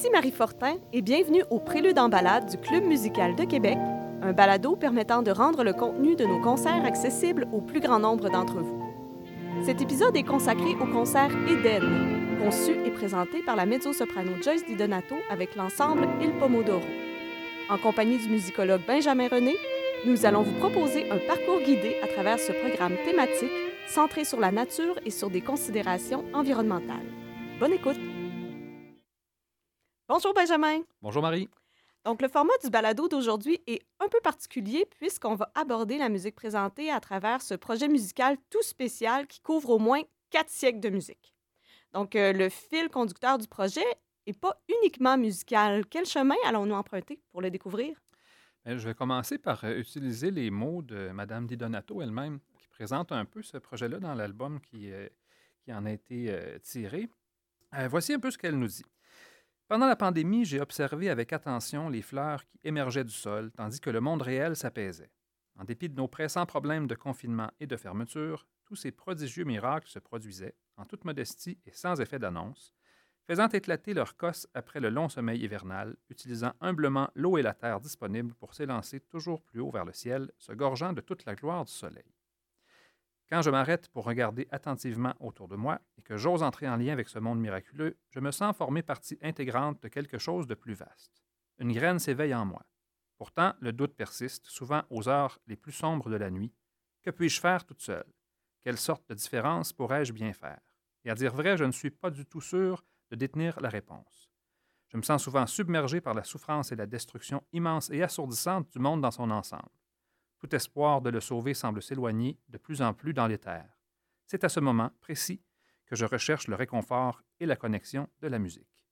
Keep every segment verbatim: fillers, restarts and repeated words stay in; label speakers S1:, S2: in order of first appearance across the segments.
S1: Ici Marie Fortin et bienvenue au Prélude en balade du Club musical de Québec, un balado permettant de rendre le contenu de nos concerts accessible au plus grand nombre d'entre vous. Cet épisode est consacré au concert Eden, conçu et présenté par la mezzo-soprano Joyce Di Donato avec l'ensemble Il Pomodoro. En compagnie du musicologue Benjamin René, nous allons vous proposer un parcours guidé à travers ce programme thématique centré sur la nature et sur des considérations environnementales. Bonne écoute! Bonjour Benjamin!
S2: Bonjour Marie!
S1: Donc, le format du balado d'aujourd'hui est un peu particulier puisqu'on va aborder la musique présentée à travers ce projet musical tout spécial qui couvre au moins quatre siècles de musique. Donc, euh, le fil conducteur du projet n'est pas uniquement musical. Quel chemin allons-nous emprunter pour le découvrir?
S2: Bien, je vais commencer par euh, utiliser les mots de Mme Di Donato elle-même, qui présente un peu ce projet-là dans l'album qui, euh, qui en a été euh, tiré. Euh, voici un peu ce qu'elle nous dit. Pendant la pandémie, j'ai observé avec attention les fleurs qui émergeaient du sol, tandis que le monde réel s'apaisait. En dépit de nos pressants problèmes de confinement et de fermeture, tous ces prodigieux miracles se produisaient, en toute modestie et sans effet d'annonce, faisant éclater leur cosse après le long sommeil hivernal, utilisant humblement l'eau et la terre disponibles pour s'élancer toujours plus haut vers le ciel, se gorgeant de toute la gloire du soleil. Quand je m'arrête pour regarder attentivement autour de moi et que j'ose entrer en lien avec ce monde miraculeux, je me sens former partie intégrante de quelque chose de plus vaste. Une graine s'éveille en moi. Pourtant, le doute persiste, souvent aux heures les plus sombres de la nuit. Que puis-je faire toute seule? Quelle sorte de différence pourrais-je bien faire? Et à dire vrai, je ne suis pas du tout sûr de détenir la réponse. Je me sens souvent submergé par la souffrance et la destruction immense et assourdissante du monde dans son ensemble. Tout espoir de le sauver semble s'éloigner de plus en plus dans l'éther. C'est à ce moment précis que je recherche le réconfort et la connexion de la musique.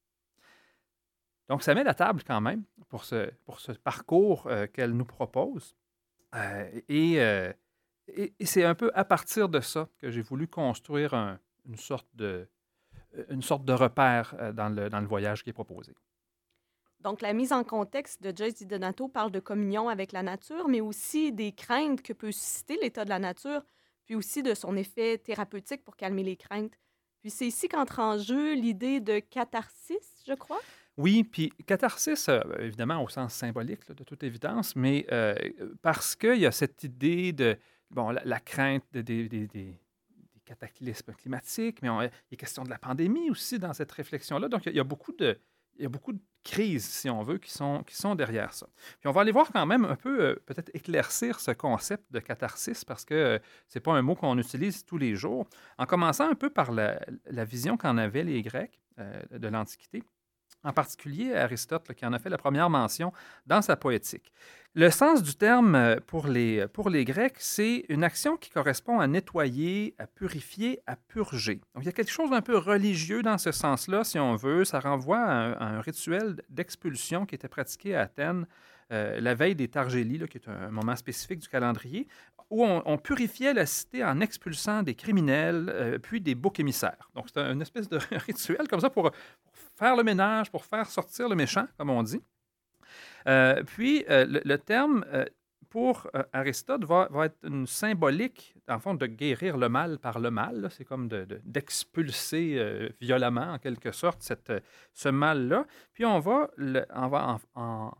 S2: Donc, ça met la table quand même pour ce, pour ce parcours euh, qu'elle nous propose. Euh, et, euh, et, et c'est un peu à partir de ça que j'ai voulu construire un, une, sorte de, une sorte de repère euh, dans, le, dans le voyage qui est proposé.
S1: Donc, la mise en contexte de Joyce Di Donato parle de communion avec la nature, mais aussi des craintes que peut susciter l'état de la nature, puis aussi de son effet thérapeutique pour calmer les craintes. Puis c'est ici qu'entre en jeu l'idée de catharsis, je crois.
S2: Oui, puis catharsis, euh, évidemment, au sens symbolique, là, de toute évidence, mais euh, parce qu'il y a cette idée de, bon, la, la crainte de, des, des, des, des cataclysmes climatiques, mais on, il est question de la pandémie aussi dans cette réflexion-là. Donc, il y a, il y a beaucoup de... Il y a beaucoup de crises, si on veut, qui sont, qui sont derrière ça. Puis on va aller voir quand même un peu, euh, peut-être éclaircir ce concept de catharsis, parce que euh, ce n'est pas un mot qu'on utilise tous les jours. En commençant un peu par la, la vision qu'en avaient les Grecs euh, de l'Antiquité, en particulier Aristote, là, qui en a fait la première mention dans sa poétique. Le sens du terme pour les, pour les Grecs, c'est une action qui correspond à nettoyer, à purifier, à purger. Donc, il y a quelque chose d'un peu religieux dans ce sens-là, si on veut. Ça renvoie à un, à un rituel d'expulsion qui était pratiqué à Athènes euh, la veille des Targélies, là, qui est un moment spécifique du calendrier, où on, on purifiait la cité en expulsant des criminels, euh, puis des boucs émissaires. Donc, c'est une espèce de rituel comme ça pour, pour faire le ménage, pour faire sortir le méchant, comme on dit. Euh, puis, euh, le, le terme euh, pour euh, Aristote va, va être une symbolique, en fond, de guérir le mal par le mal. Là. C'est comme de, de, d'expulser euh, violemment, en quelque sorte, cette, ce mal-là. Puis, on va, le, on, va en, en,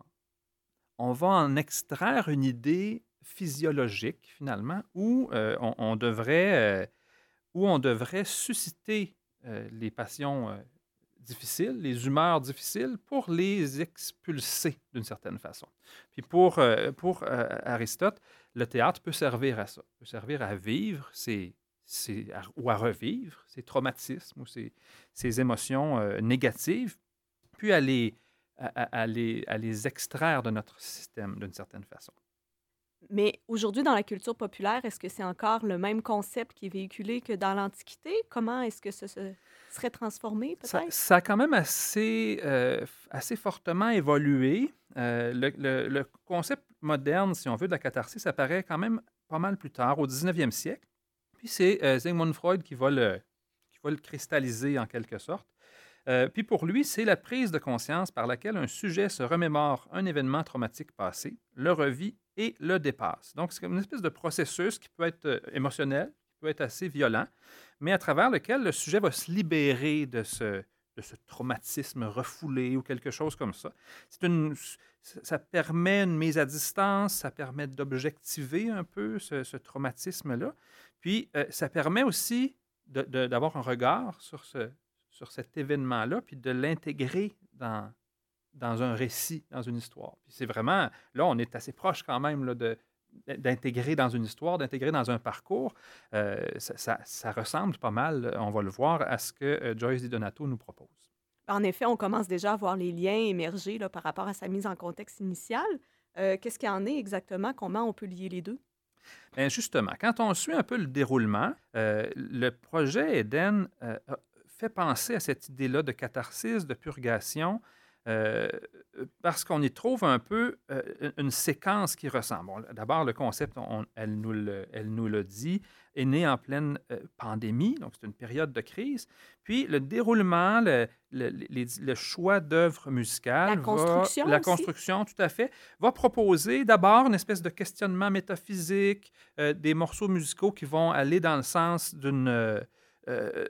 S2: on va en extraire une idée physiologique, finalement, où, euh, on, on, devrait, euh, où on devrait susciter euh, les passions euh, difficiles, les humeurs difficiles, pour les expulser d'une certaine façon. Puis pour, euh, pour euh, Aristote, le théâtre peut servir à ça, peut servir à vivre ces, ces, à, ou à revivre ces traumatismes ou ces, ces émotions euh, négatives, puis à les, à, à, à, les, à les extraire de notre système d'une certaine façon.
S1: Mais aujourd'hui, dans la culture populaire, est-ce que c'est encore le même concept qui est véhiculé que dans l'Antiquité? Comment est-ce que ça se serait transformé, peut-être?
S2: Ça, ça a quand même assez, euh, assez fortement évolué. Euh, le, le, le concept moderne, si on veut, de la catharsis apparaît quand même pas mal plus tard, au dix-neuvième siècle. Puis c'est euh, Sigmund Freud qui va, le, qui va le cristalliser en quelque sorte. Euh, puis pour lui, c'est la prise de conscience par laquelle un sujet se remémore un événement traumatique passé, le revit et le dépasse. Donc, c'est comme une espèce de processus qui peut être euh, émotionnel, qui peut être assez violent, mais à travers lequel le sujet va se libérer de ce, de de ce traumatisme refoulé ou quelque chose comme ça. C'est une, ça permet une mise à distance, ça permet d'objectiver un peu ce, ce traumatisme-là. Puis, euh, ça permet aussi de, de, d'avoir un regard sur, ce, sur cet événement-là, puis de l'intégrer dans, dans un récit, dans une histoire. Puis c'est vraiment, là, on est assez proche quand même là, de, d'intégrer dans une histoire, d'intégrer dans un parcours. Euh, ça, ça, ça ressemble pas mal, on va le voir, à ce que euh, Joyce DiDonato nous propose.
S1: En effet, on commence déjà à voir les liens émerger là, par rapport à sa mise en contexte initiale. Euh, qu'est-ce qu'il y en est exactement? Comment on peut lier les deux?
S2: Bien, justement, quand on suit un peu le déroulement, euh, le projet Éden euh, fait penser à cette idée-là de catharsis, de purgation, euh, parce qu'on y trouve un peu euh, une séquence qui ressemble. Bon, d'abord, le concept, on, elle, nous le, elle nous le dit, est né en pleine euh, pandémie, donc c'est une période de crise. Puis le déroulement, le, le, les, le choix d'œuvres musicales,
S1: La construction
S2: va, la
S1: aussi.
S2: construction, tout à fait, va proposer d'abord une espèce de questionnement métaphysique, euh, des morceaux musicaux qui vont aller dans le sens d'une... Euh, Euh,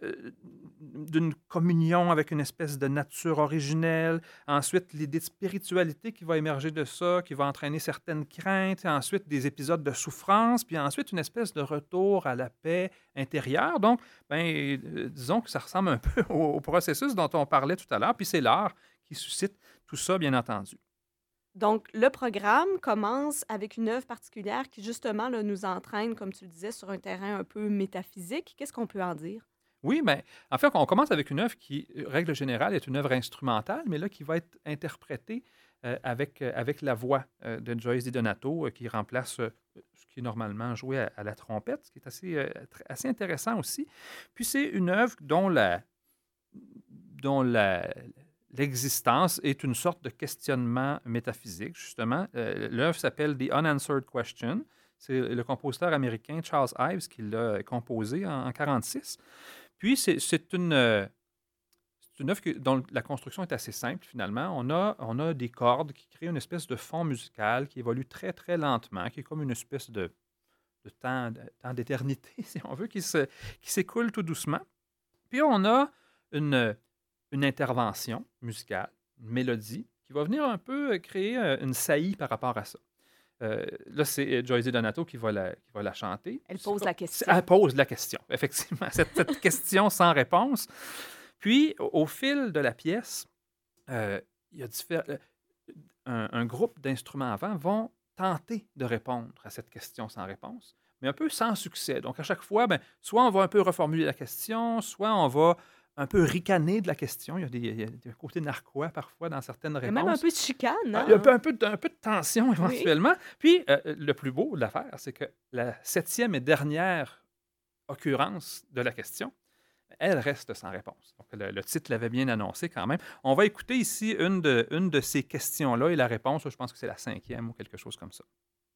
S2: d'une communion avec une espèce de nature originelle. Ensuite, l'idée de spiritualité qui va émerger de ça, qui va entraîner certaines craintes. Ensuite, des épisodes de souffrance. Puis ensuite, une espèce de retour à la paix intérieure. Donc, ben, euh, disons que ça ressemble un peu au, au processus dont on parlait tout à l'heure. Puis c'est l'art qui suscite tout ça, bien entendu.
S1: Donc, le programme commence avec une œuvre particulière qui, justement, là, nous entraîne, comme tu le disais, sur un terrain un peu métaphysique. Qu'est-ce qu'on peut en dire?
S2: Oui, mais en fait, on commence avec une œuvre qui, règle générale, est une œuvre instrumentale, mais là, qui va être interprétée euh, avec, euh, avec la voix euh, de Joyce DiDonato, euh, qui remplace euh, ce qui est normalement joué à, à la trompette, ce qui est assez, euh, tr- assez intéressant aussi. Puis c'est une œuvre dont la, dont la, l'existence est une sorte de questionnement métaphysique, justement. Euh, l'œuvre s'appelle The Unanswered Question. C'est le compositeur américain Charles Ives qui l'a composé en, en mille neuf cent quarante-six. Puis, c'est, c'est une, euh, c'est une œuvre que- dont la construction est assez simple, finalement. On a, on a des cordes qui créent une espèce de fond musical qui évolue très, très lentement, qui est comme une espèce de, de temps, de temps d'éternité, si on veut, qui, se, qui s'écoule tout doucement. Puis, on a une, une intervention musicale, une mélodie, qui va venir un peu créer euh, une saillie par rapport à ça. Euh, là, c'est Joyce DiDonato qui va la, qui va la chanter.
S1: Elle
S2: C'est
S1: pose
S2: comme-
S1: la
S2: c'est-
S1: question.
S2: Elle pose la question, effectivement. Cette, cette question sans réponse. Puis, au, au fil de la pièce, euh, il y a diffé- euh, un, un groupe d'instruments avant vont tenter de répondre à cette question sans réponse, mais un peu sans succès. Donc, à chaque fois, ben, soit on va un peu reformuler la question, soit on va un peu ricaner de la question. Il y a des, il y a des côtés narquois parfois dans certaines
S1: Il y a même un
S2: réponses.
S1: peu de chicane,
S2: Ah,
S1: hein?
S2: il y a un peu, un peu de, un peu de tension
S1: Oui.
S2: éventuellement. Puis, euh, le plus beau de l'affaire, c'est que la septième et dernière occurrence de la question, elle reste sans réponse. Donc, le, le titre l'avait bien annoncé quand même. On va écouter ici une de, une de ces questions-là et la réponse, je pense que c'est la cinquième ou quelque chose comme ça.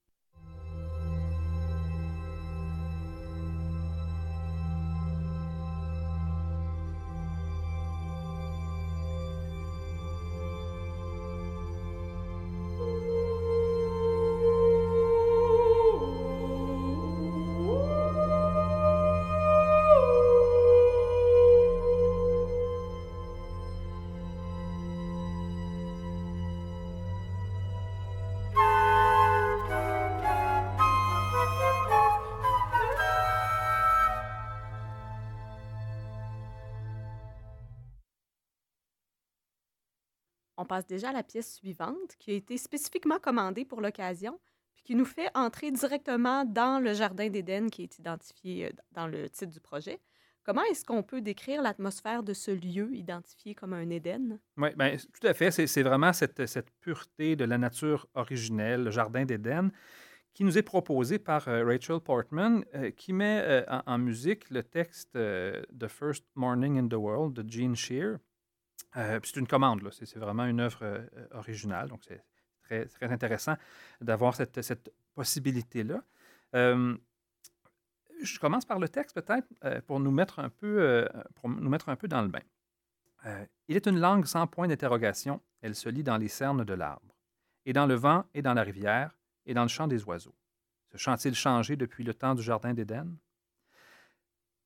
S1: On passe déjà à la pièce suivante, qui a été spécifiquement commandée pour l'occasion, puis qui nous fait entrer directement dans le jardin d'Éden qui est identifié euh, dans le titre du projet. Comment est-ce qu'on peut décrire l'atmosphère de ce lieu identifié comme un Éden?
S2: Oui, bien, tout à fait. C'est, c'est vraiment cette, cette pureté de la nature originelle, le jardin d'Éden, qui nous est proposé par euh, Rachel Portman, euh, qui met euh, en, en musique le texte euh, The First Morning in the World de Gene Shear. Euh, puis c'est une commande, là. C'est, c'est vraiment une œuvre euh, originale, donc c'est très, très intéressant d'avoir cette, cette possibilité-là. Euh, je commence par le texte peut-être euh, pour nous mettre un peu, euh, pour nous mettre un peu dans le bain. Euh, Il est une langue sans point d'interrogation, elle se lit dans les cernes de l'arbre, et dans le vent, et dans la rivière, et dans le chant des oiseaux. Ce chant-il changé depuis le temps du jardin d'Éden?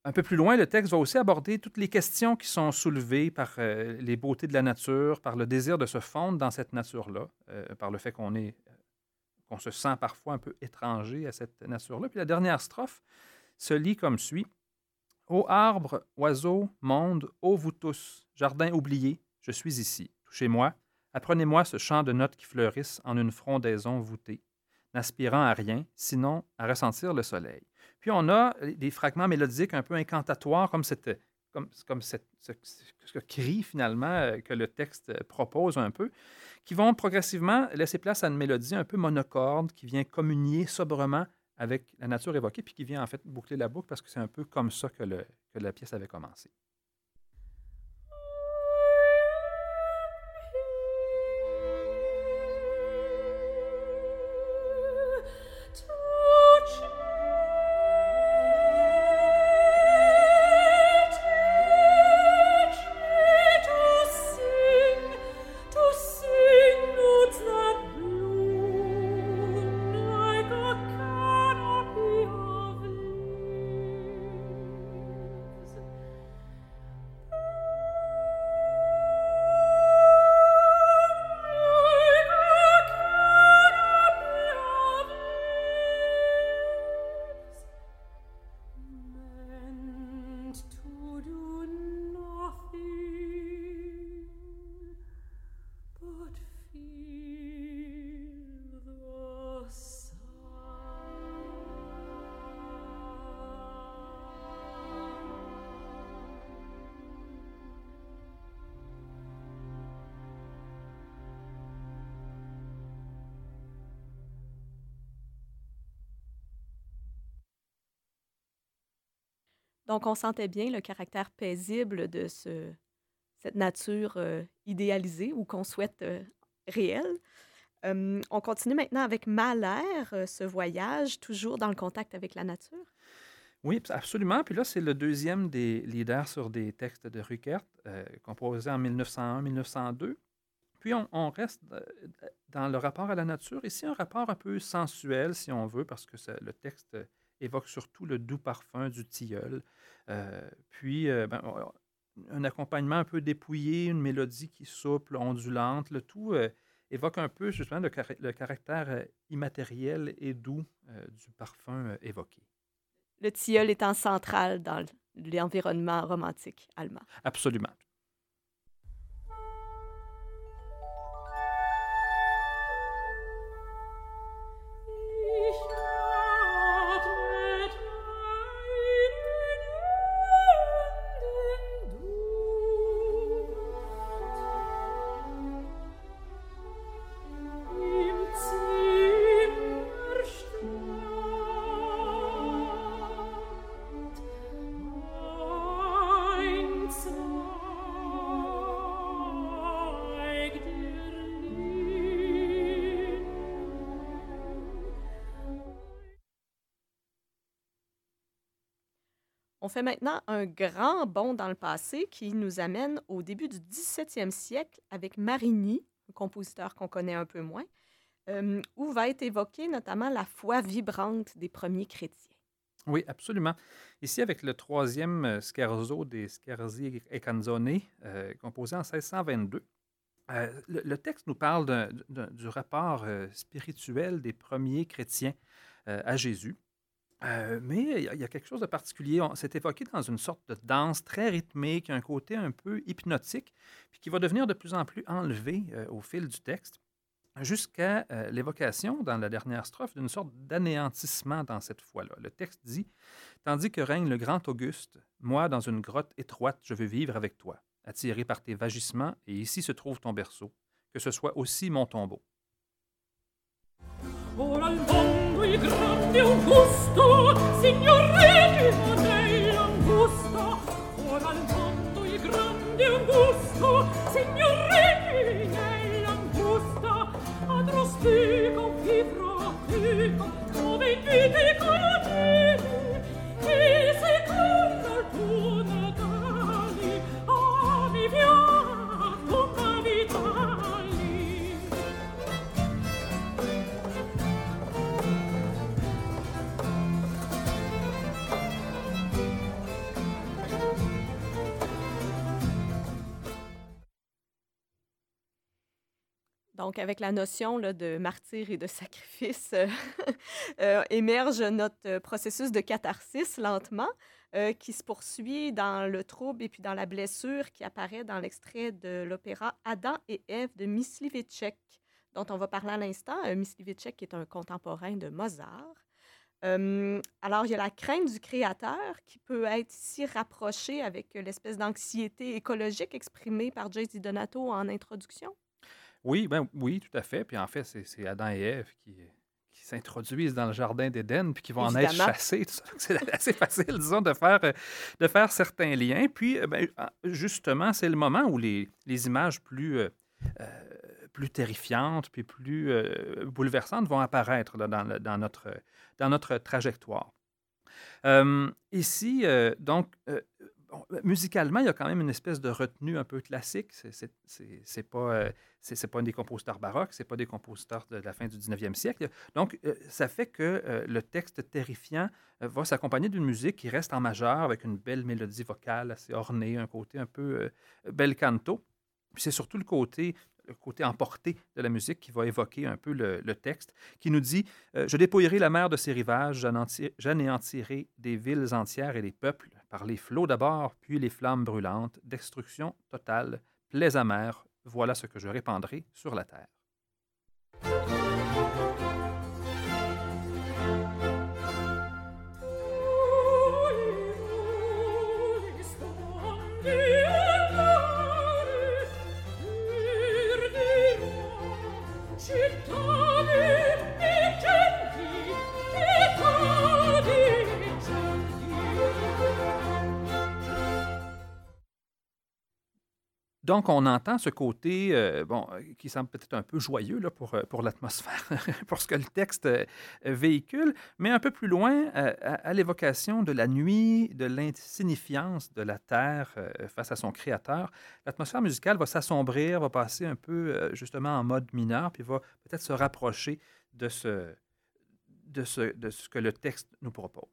S2: Un peu plus loin, le texte va aussi aborder toutes les questions qui sont soulevées par euh, les beautés de la nature, par le désir de se fondre dans cette nature-là, euh, par le fait qu'on est, qu'on se sent parfois un peu étranger à cette nature-là. Puis la dernière strophe se lit comme suit. « Ô arbres, oiseaux, monde, ô vous tous, jardin oublié, je suis ici. Touchez-moi, apprenez-moi ce chant de notes qui fleurissent en une frondaison voûtée, n'aspirant à rien, sinon à ressentir le soleil. » Puis on a des fragments mélodiques un peu incantatoires, comme, cette, comme, comme cette, ce, ce cri finalement que le texte propose un peu, qui vont progressivement laisser place à une mélodie un peu monocorde qui vient communier sobrement avec la nature évoquée, puis qui vient en fait boucler la boucle parce que c'est un peu comme ça que, le, que la pièce avait commencé.
S1: Donc, on sentait bien le caractère paisible de ce, cette nature euh, idéalisée ou qu'on souhaite euh, réelle. Euh, on continue maintenant avec Mahler, euh, ce voyage, toujours dans le contact avec la nature.
S2: Oui, absolument. Puis là, c'est le deuxième des leaders sur des textes de Ruckert, euh, composé en mille neuf cent un mille neuf cent deux. Puis on, on reste dans le rapport à la nature. Ici, un rapport un peu sensuel, si on veut, parce que ça, le texte évoque surtout le doux parfum du tilleul. Euh, puis, euh, ben, un accompagnement un peu dépouillé, une mélodie qui souple, ondulante. Le tout euh, évoque un peu, justement, le, car- le caractère euh, immatériel et doux euh, du parfum euh, évoqué.
S1: Le tilleul étant central dans l'environnement romantique allemand.
S2: Absolument.
S1: On fait maintenant un grand bond dans le passé qui nous amène au début du dix-septième siècle avec Marigny, un compositeur qu'on connaît un peu moins, euh, où va être évoquée notamment la foi vibrante des premiers chrétiens.
S2: Oui, absolument. Ici, avec le troisième scherzo des Scherzi e Canzoni, euh, composé en seize cent vingt-deux, euh, le, le texte nous parle d'un, d'un, du rapport euh, spirituel des premiers chrétiens euh, à Jésus. Euh, mais il y, a, il y a quelque chose de particulier. On, c'est évoqué dans une sorte de danse très rythmée, qui a un côté un peu hypnotique, puis qui va devenir de plus en plus enlevé euh, au fil du texte, jusqu'à euh, l'évocation, dans la dernière strophe, d'une sorte d'anéantissement dans cette foi-là. Le texte dit « Tandis que règne le grand Auguste, moi, dans une grotte étroite, je veux vivre avec toi, attiré par tes vagissements, et ici se trouve ton berceau, que ce soit aussi mon tombeau. »
S3: Ora il mondo il grande Augusto, signore di me l'angusto. Ora il mondo il grande Augusto, signore di me l'angusto. Adro spiego vivro pico, dove inviti colori, e secondo il tuo Natali, a mi viato una vitali.
S1: Donc, avec la notion là, de martyr et de sacrifice, euh, euh, émerge notre euh, processus de catharsis lentement, euh, qui se poursuit dans le trouble et puis dans la blessure qui apparaît dans l'extrait de l'opéra Adam et Ève de Myslivetchek, dont on va parler à l'instant. Euh, Myslivetchek qui est un contemporain de Mozart. Euh, alors, il y a la crainte du créateur qui peut être ici rapprochée avec euh, l'espèce d'anxiété écologique exprimée par J D Donato en introduction.
S2: Oui, ben, oui, tout à fait. Puis en fait, c'est c'est Adam et Ève qui, qui s'introduisent dans le jardin d'Éden puis qui vont en être
S1: Évidemment.
S2: chassés. Tout ça. Donc, c'est assez facile, disons, de faire, euh, de faire certains liens. Puis, euh, ben, ah, justement, c'est le moment où les, les images plus, euh, euh, plus terrifiantes puis plus euh, bouleversantes vont apparaître là, dans, le- dans notre, dans notre trajectoire. Euh, ici, euh, donc, euh, bon, euh, musicalement, il y a quand même une espèce de retenue un peu classique. C'est c'est- c'est- c'est pas, euh, c'est c'est pas des compositeurs baroques, c'est pas des compositeurs de la fin du dix-neuvième siècle. Donc, euh, ça fait que euh, le texte terrifiant euh, va s'accompagner d'une musique qui reste en majeur avec une belle mélodie vocale assez ornée, un côté un peu euh, bel canto. Puis c'est surtout le côté, le côté emporté de la musique qui va évoquer un peu le, le texte, qui nous dit euh, Je dépouillerai la mer de ses rivages, j'anéanti- j'anéantirai des villes entières et des peuples, par les flots d'abord, puis les flammes brûlantes, destruction totale, plaies amères, voilà ce que je répandrai sur la terre. Donc, on entend ce côté, euh, bon, euh, qui semble peut-être un peu joyeux là, pour, euh, pour l'atmosphère, pour ce que le texte euh, véhicule, mais un peu plus loin, euh, à, à l'évocation de la nuit, de l'insignifiance de la Terre euh, face à son créateur, l'atmosphère musicale va s'assombrir, va passer un peu euh, justement en mode mineur, puis va peut-être se rapprocher de ce, de ce, de ce que le texte nous propose.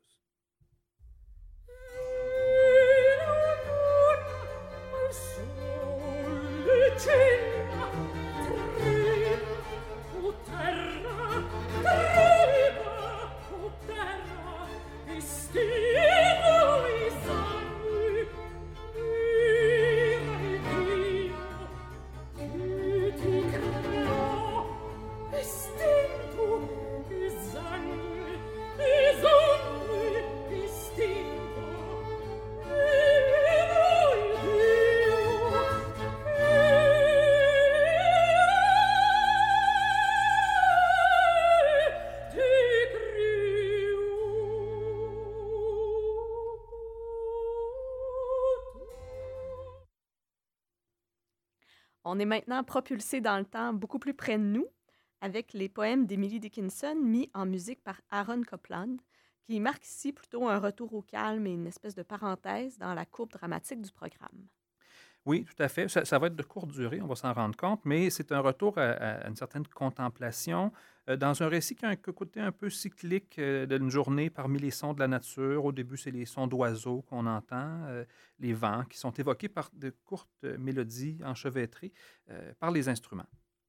S1: On est maintenant propulsé dans le temps beaucoup plus près de nous avec les poèmes d'Emily Dickinson mis en musique par Aaron Copland, qui marque ici plutôt un retour au calme et une espèce de parenthèse dans la courbe dramatique du programme.
S2: Oui, tout à fait. Ça, ça va être de courte durée, on va s'en rendre compte, mais c'est un retour à, à une certaine contemplation euh, dans un récit qui a un côté un peu cyclique euh, d'une journée parmi les sons de la nature. Au début, c'est les sons d'oiseaux qu'on entend, euh, les vents qui sont évoqués par de courtes mélodies enchevêtrées euh, par les instruments.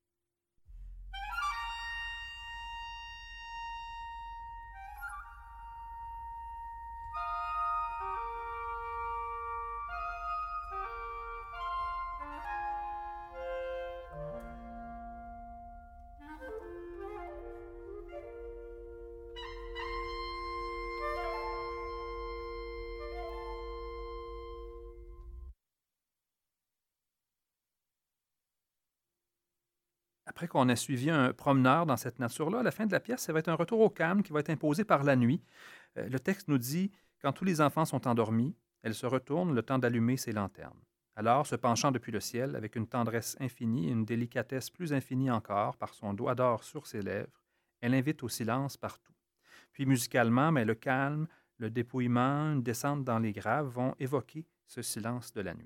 S2: Après qu'on a suivi un promeneur dans cette nature-là, à la fin de la pièce, ça va être un retour au calme qui va être imposé par la nuit. Euh, le texte nous dit « Quand tous les enfants sont endormis, elle se retourne le temps d'allumer ses lanternes. Alors, se penchant depuis le ciel, avec une tendresse infinie et une délicatesse plus infinie encore, par son doigt d'or sur ses lèvres, elle invite au silence partout. Puis musicalement, mais le calme, le dépouillement, une descente dans les graves vont évoquer ce silence de la nuit. »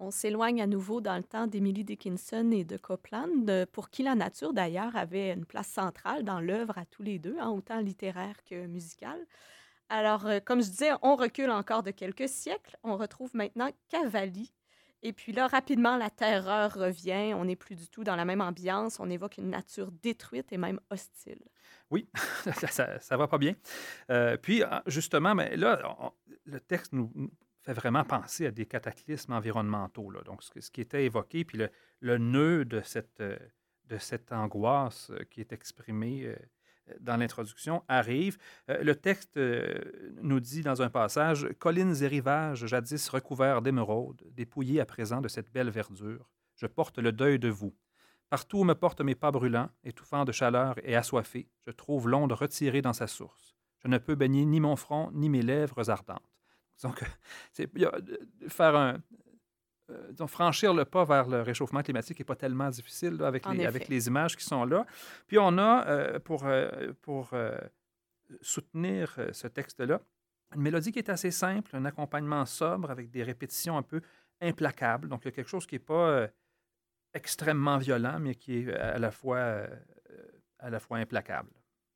S1: On s'éloigne à nouveau dans le temps d'Emily Dickinson et de Copland, euh, pour qui la nature, d'ailleurs, avait une place centrale dans l'œuvre à tous les deux, hein, autant littéraire que musicale. Alors, euh, comme je disais, on recule encore de quelques siècles. On retrouve maintenant Cavalli. Et puis là, rapidement, la terreur revient. On n'est plus du tout dans la même ambiance. On évoque une nature détruite et même hostile.
S2: Oui, ça, ça va pas bien. Euh, puis, ah, justement, mais là, on- le texte nous nous fait vraiment penser à des cataclysmes environnementaux, là. Donc, ce, que- ce qui était évoqué, puis le, le nœud de cette, euh, de cette angoisse euh, qui est exprimée euh, dans l'introduction arrive. Euh, le texte euh, nous dit dans un passage: Collines et rivages, jadis recouverts d'émeraudes, dépouillés à présent de cette belle verdure, je porte le deuil de vous. Partout où me portent mes pas brûlants, étouffant de chaleur et assoiffés, je trouve l'onde retirée dans sa source. Je ne peux baigner ni mon front, ni mes lèvres ardentes. Donc, c'est, il y a- de- faire un, euh, disons, franchir le pas vers le réchauffement climatique n'est pas tellement difficile là, avec,
S1: En
S2: les,
S1: effet.
S2: avec les images qui sont là. Puis on a, euh, pour, euh, pour euh, soutenir euh, ce texte-là, une mélodie qui est assez simple, un accompagnement sobre avec des répétitions un peu implacables. Donc, il y a quelque chose qui n'est pas euh, extrêmement violent, mais qui est euh, à la fois, euh, euh, à la fois implacable.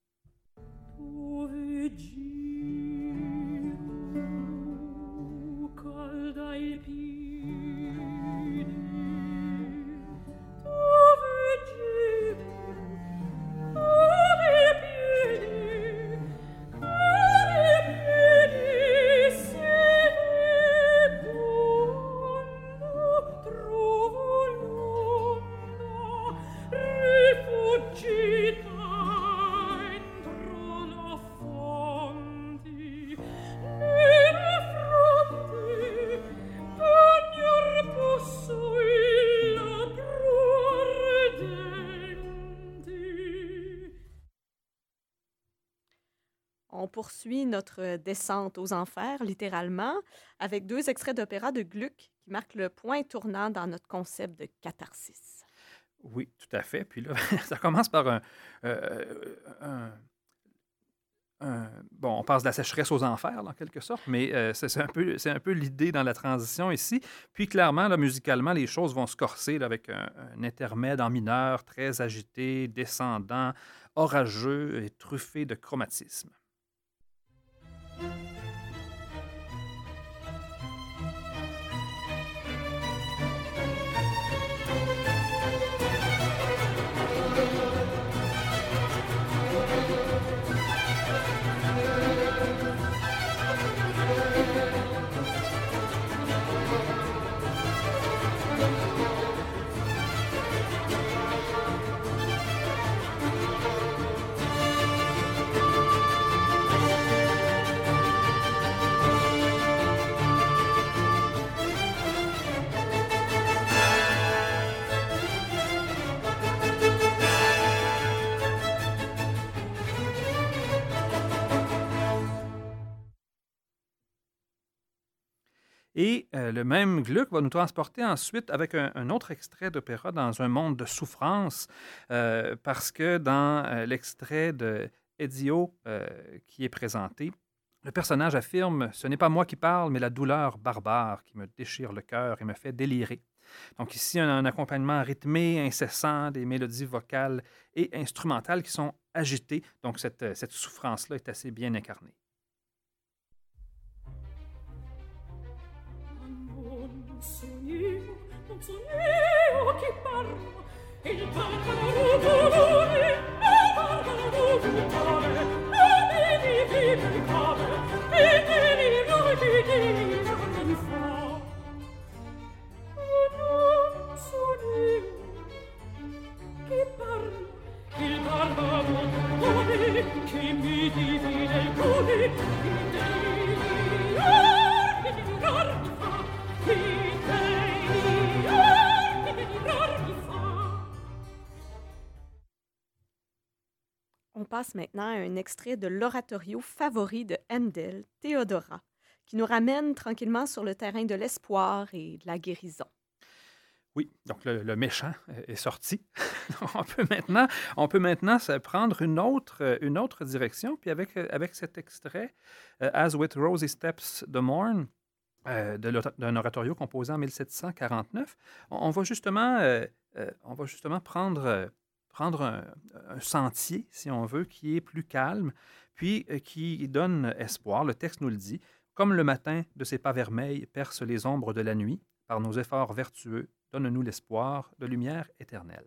S3: Dove giro, calda il piede. Dove giro, calda il piede. Calda il piede, se quando trovo l'onda rifuggita entro la fonte, nelle fronti bagnor posso il labbro ardente.
S1: On poursuit notre descente aux enfers, littéralement, avec deux extraits d'opéra de Gluck qui marquent le point tournant dans notre concept de catharsis.
S2: Oui, tout à fait. Puis là, ça commence par un, euh, un- un- bon, on passe de la sécheresse aux enfers, en quelque sorte, mais euh, c'est c'est un peu, c'est un peu l'idée dans la transition ici. Puis clairement, là, musicalement, les choses vont se corser là, avec un, un intermède en mineur, très agité, descendant, orageux et truffé de chromatisme. Et euh, le même Gluck va nous transporter ensuite avec un, un autre extrait d'opéra dans un monde de souffrance, euh, parce que dans euh, l'extrait de Ezio euh, qui est présenté, le personnage affirme: Ce n'est pas moi qui parle, mais la douleur barbare qui me déchire le cœur et me fait délirer. Donc ici, un, un accompagnement rythmé, incessant, des mélodies vocales et instrumentales qui sont agitées. Donc cette, cette souffrance-là est assez bien incarnée.
S3: Non son io, non son io che parlo, il barbaro dolore, il barbaro dolore, e mi vive il cuore, e te li rodi di fa. Non son io che parlo, il barbaro dolore, che mi divide il cuore, e te li rodi di fa.
S1: On passe maintenant à un extrait de l'oratorio favori de Handel, Théodora, qui nous ramène tranquillement sur le terrain de l'espoir et de la guérison.
S2: Oui, donc le, le méchant est sorti. on peut maintenant, on peut maintenant se prendre une autre, une autre direction. Puis avec, avec cet extrait, euh, As with rosy steps the morn, euh, de l'ora- d'un oratorio composé en mille sept cent quarante-neuf. On, on va justement, euh, euh, on va justement prendre, euh, prendre un, un sentier, si on veut, qui est plus calme, puis euh, qui donne espoir. Le texte nous le dit. Comme le matin de ses pas vermeils perce les ombres de la nuit, par nos efforts vertueux, donne-nous l'espoir de lumière éternelle.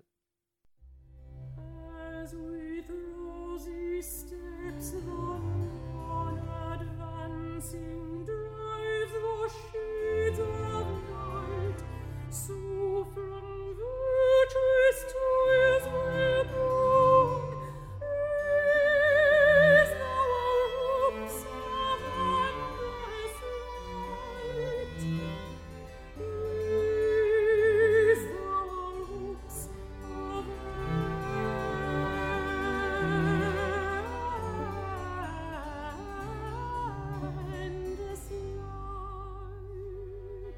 S3: As with rosy steps the dawn advancing drives the shades of night, so from virtue's toils we're born. Raise thou our hopes of endless light. Raise thou our hopes of endless light.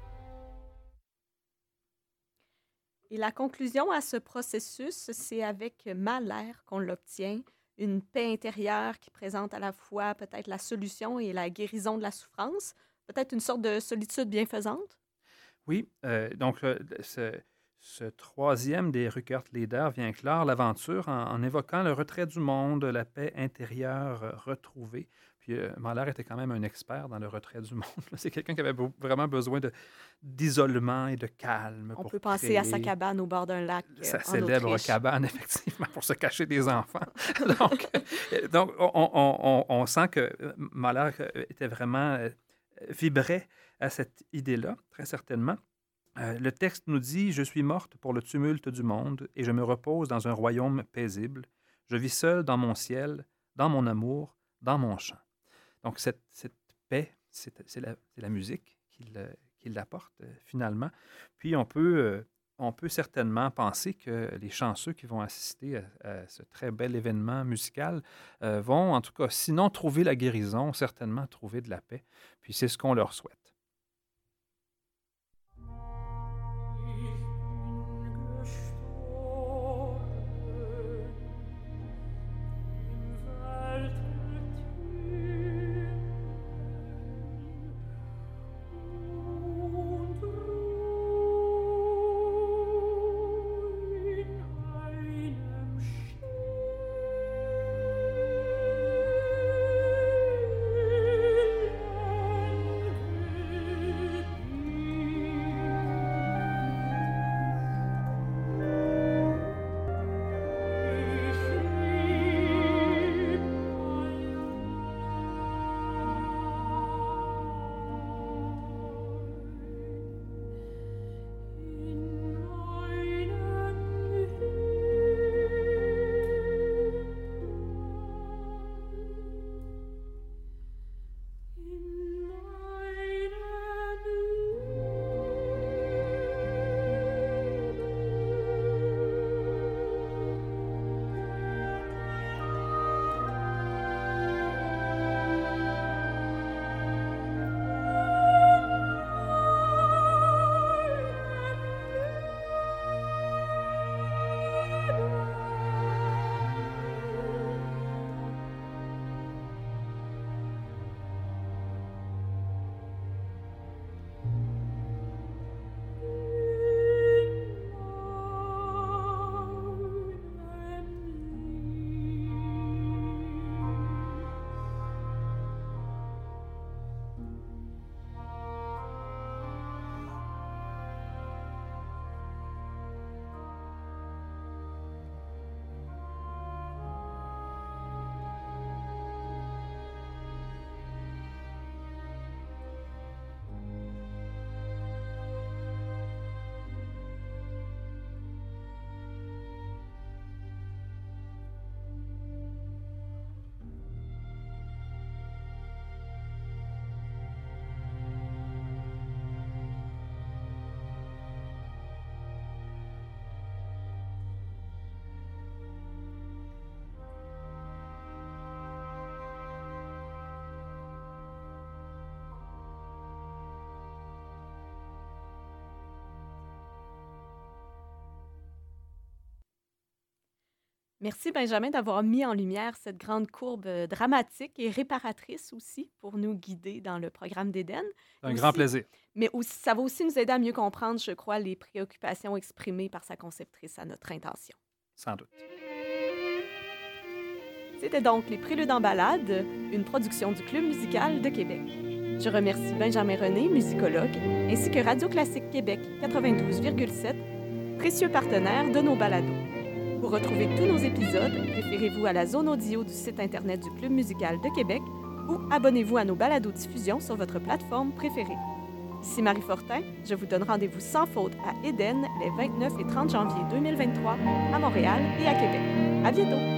S1: Et la conclusion à ce processus, c'est avec Mahler qu'on l'obtient, une paix intérieure qui présente à la fois peut-être la solution et la guérison de la souffrance, peut-être une sorte de solitude bienfaisante.
S2: Oui, euh, donc euh, ce, ce troisième des Rückert-Lieder vient clore l'aventure en, en évoquant le retrait du monde, la paix intérieure euh, retrouvée. Puis euh, Mahler était quand même un expert dans le retrait du monde. C'est quelqu'un qui avait be- vraiment besoin de, d'isolement et de calme
S1: On
S2: pour
S1: peut penser à sa
S2: créer
S1: cabane au bord d'un lac euh,
S2: sa
S1: en
S2: célèbre
S1: Autriche.
S2: cabane, effectivement, pour se cacher des enfants. donc, euh, donc on, on- on- on sent que euh, Mahler euh, était vraiment euh, vibrait à cette idée-là, très certainement. Euh, le texte nous dit « Je suis morte pour le tumulte du monde et je me repose dans un royaume paisible. Je vis seule dans mon ciel, dans mon amour, dans mon chant. » Donc, cette, cette paix, c'est, c'est la, c'est la musique qui, le- qui l'apporte euh, finalement. Puis, on peut, euh, on peut certainement penser que les chanceux qui vont assister à, à ce très bel événement musical euh, vont, en tout cas, sinon trouver la guérison, certainement trouver de la paix. Puis, c'est ce qu'on leur souhaite.
S3: Ich bin
S1: Merci Benjamin d'avoir mis en lumière cette grande courbe euh, dramatique et réparatrice aussi pour nous guider dans le programme d'Éden.
S2: C'est un
S1: Aussi-
S2: grand plaisir.
S1: Mais aussi, ça va aussi nous aider à mieux comprendre, je crois, les préoccupations exprimées par sa conceptrice à notre intention.
S2: Sans doute.
S1: C'était donc Les Préludes en balade, une production du Club musical de Québec. Je remercie Benjamin René, musicologue, ainsi que Radio Classique Québec quatre-vingt-douze virgule sept, précieux partenaire de nos balados. Pour retrouver tous nos épisodes, référez-vous à la zone audio du site Internet du Club musical de Québec ou abonnez-vous à nos balados-diffusions sur votre plateforme préférée. Ici Marie Fortin, je vous donne rendez-vous sans faute à Éden les vingt-neuf et trente janvier deux mille vingt-trois à Montréal et à Québec. À bientôt!